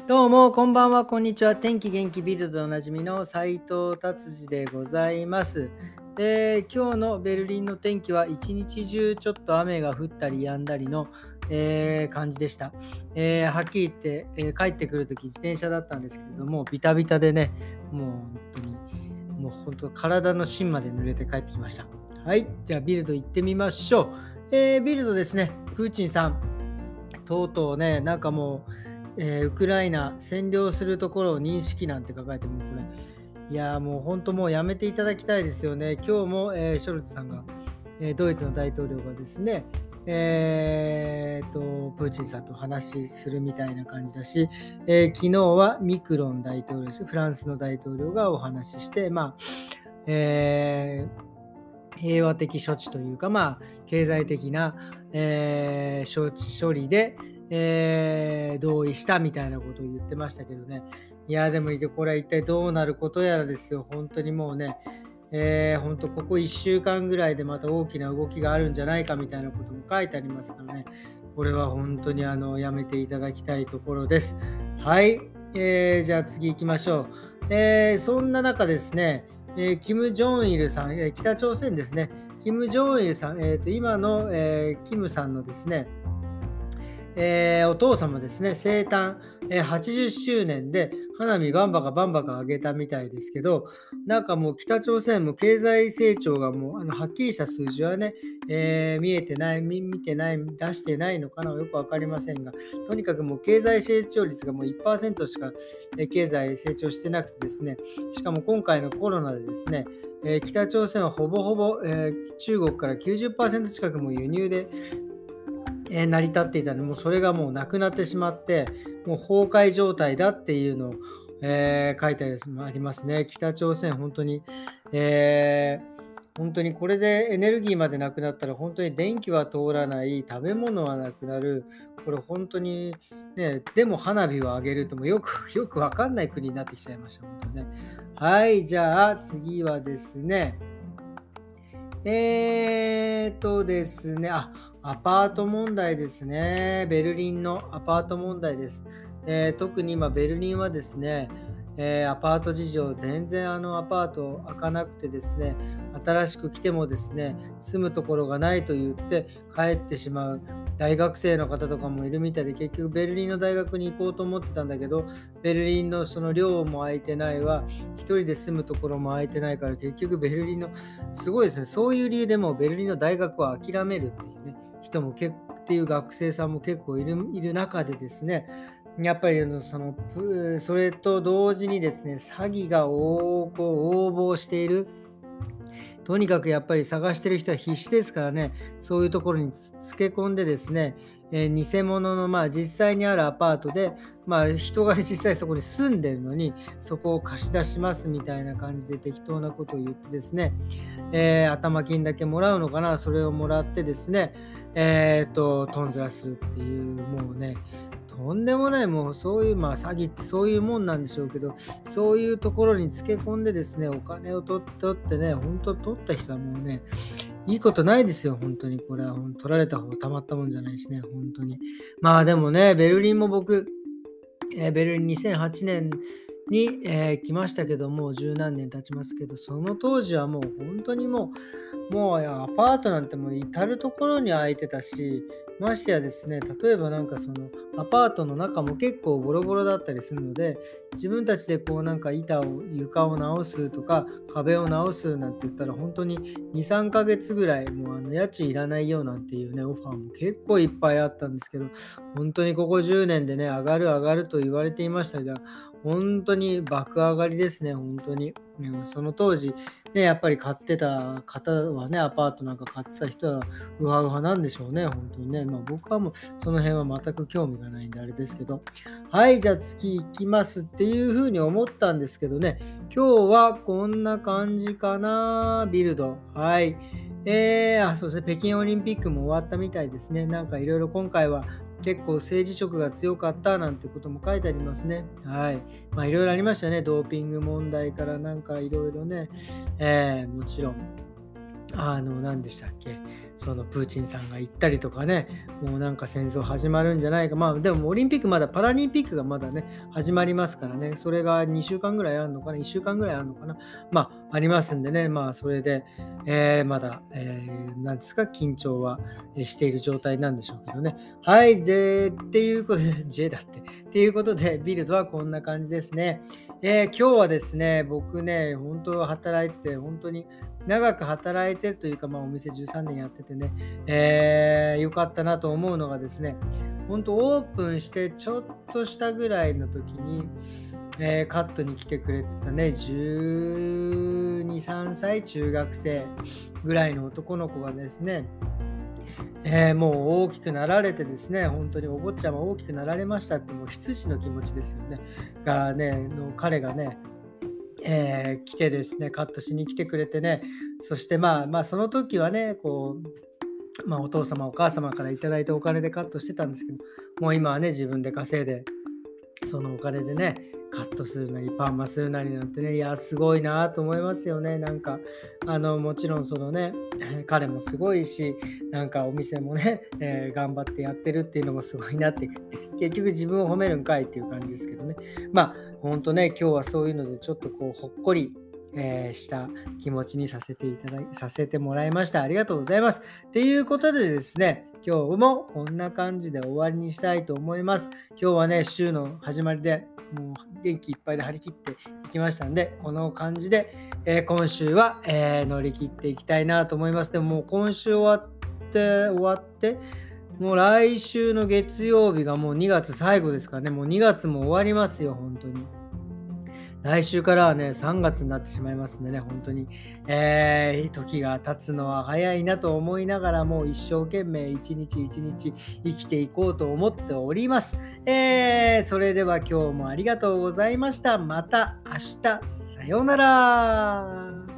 どうも、こんばんは、こんにちは。天気元気ビルドでおなじみの斉藤達治でございます。今日のベルリンの天気は一日中ちょっと雨が降ったり止んだりの、感じでした。はっきり言って、帰ってくるとき自転車だったんですけれども、ビタビタでね、もう本当に、もう本当体の芯まで濡れて帰ってきました。はい、じゃあビルド行ってみましょう。ビルドですね、プーチンさん、とうとうね、なんかもう、ウクライナ占領するところを認識なんて書かれてもこれ、いやーもう本当もうやめていただきたいですよね。今日も、ショルツさんが、ドイツの大統領がですね、プーチンさんと話しするみたいな感じだし、昨日はミクロン大統領です、フランスの大統領がお話しして、平和的処置というか、経済的な、処理で、同意したみたいなことを言ってましたけどね。いや、でもこれは一体どうなることやらですよ。本当にもうね、本当ここ1週間ぐらいでまた大きな動きがあるんじゃないかみたいなことも書いてありますからね。これは本当にやめていただきたいところです。はい、じゃあ次行きましょう。そんな中ですね、キム・ジョンイルさん、北朝鮮ですね、キム・ジョンイルさん、今の、キムさんのですね、お父様ですね、生誕、80周年で花火バンバカバンバカ上げたみたいですけど、なんかもう北朝鮮も経済成長がもうはっきりした数字はね、見えてない、見てない、出してないのかな、よくわかりませんが、とにかくもう経済成長率がもう 1% しか、経済成長してなくてですね、しかも今回のコロナでですね、北朝鮮はほぼほぼ、中国から90%近くも輸入で成り立っていたので、もうそれがもうなくなってしまって、もう崩壊状態だっていうのを、書いてありますね。北朝鮮、本当に、本当にこれでエネルギーまでなくなったら、本当に電気は通らない、食べ物はなくなる、これ本当にね、でも花火を上げるともよくよくわかんない国になってきちゃいました、本当にね。はい、じゃあ次はですね、ですね、アパート問題ですね。ベルリンのアパート問題です。特に今、ベルリンはですね、アパート事情、全然アパート開かなくてですね、新しく来てもですね、住むところがないと言って帰ってしまう大学生の方とかもいるみたいで、結局ベルリンの大学に行こうと思ってたんだけど、ベルリンのその寮も空いてないわ、一人で住むところも空いてないから、結局ベルリンのすごいですね。そういう理由でもうベルリンの大学を諦めるっていうね、人もっていう学生さんも結構いる中でですね、やっぱりそれと同時にですね、詐欺が横暴している。とにかくやっぱり探してる人は必死ですからね、そういうところにつけ込んでですね、偽物の実際にあるアパートで、人が実際そこに住んでるのに、そこを貸し出しますみたいな感じで適当なことを言ってですね、頭金だけもらうのかな、それをもらってですね、とんずらするっていう、もうね、とんでもない、もうそういう、詐欺ってそういうもんなんでしょうけど、そういうところにつけ込んでですね、お金を取ってね、本当取った人はもうね、いいことないですよ、本当に。これは取られた方がたまったもんじゃないしね、本当に。でもね、ベルリンも僕、ベルリン2008年に、来ましたけども、十何年経ちますけど、その当時はもう本当にもうアパートなんてもう至る所に空いてたし、ましてやですね、例えばなんかそのアパートの中も結構ボロボロだったりするので、自分たちでこうなんか床を直すとか壁を直すなんて言ったら本当に2、3ヶ月ぐらいもう家賃いらないよなんていうね、オファーも結構いっぱいあったんですけど、本当にここ10年でね、上がる上がると言われていましたが、本当に爆上がりですね、本当に。その当時ね、やっぱり買ってた方はね、アパートなんか買ってた人はウハウハなんでしょうね、本当にね。僕はもうその辺は全く興味がないんであれですけど。はい、じゃあ次行きますっていう風に思ったんですけどね、今日はこんな感じかな、ビルド。はい。そうですね、北京オリンピックも終わったみたいですね。なんかいろいろ今回は結構政治色が強かったなんてことも書いてありますね。はい。いろいろありましたね。ドーピング問題からなんかいろいろね。もちろん。 何でしたっけ、そのプーチンさんが言ったりとかね、もうなんか戦争始まるんじゃないか、まあでもオリンピックまだ、パラリンピックがまだね、始まりますからね、それが2週間ぐらいあるのかな、1週間ぐらいあるのかな、まあありますんでね、まあそれで、まだ、なんですか、緊張はしている状態なんでしょうけどね。はい、っていうことで、J だって。っていうことで、ビルドはこんな感じですね。今日はですね、僕ね、本当働いてて、本当に長く働いてるというか、まあ、お店13年やっててね、良かったなと思うのがですね、本当オープンしてちょっとしたぐらいの時に、カットに来てくれてたね、12、3歳中学生ぐらいの男の子がですね、もう大きくなられてですね、本当にお坊ちゃま大きくなられましたって、もう羊の気持ちですよね。がね、彼がね、来てですね、カットしに来てくれてね、そしてまあその時はね、こう、まあお父様お母様からいただいたお金でカットしてたんですけど、もう今はね、自分で稼いで、そのお金でね、カットするなり、パーマするなりなんてね、いや、すごいなと思いますよね。なんか、もちろんそのね、彼もすごいし、なんかお店もね、頑張ってやってるっていうのもすごいなって、結局自分を褒めるんかいっていう感じですけどね。まあ、ほんとね、今日はそういうのでちょっとこう、ほっこり、した気持ちにさせてもらいました。ありがとうございます。っていうことでですね、今日もこんな感じで終わりにしたいと思います。今日はね、週の始まりで、もう元気いっぱいで張り切っていきましたんで、この感じで、今週は、乗り切っていきたいなと思います。でももう今週終わって、もう来週の月曜日がもう2月最後ですからね、もう2月も終わりますよ、本当に。来週からはね、3月になってしまいますんでね、本当に、時が経つのは早いなと思いながら、もう一生懸命一日一日生きていこうと思っております。それでは今日もありがとうございました。また明日、さようなら。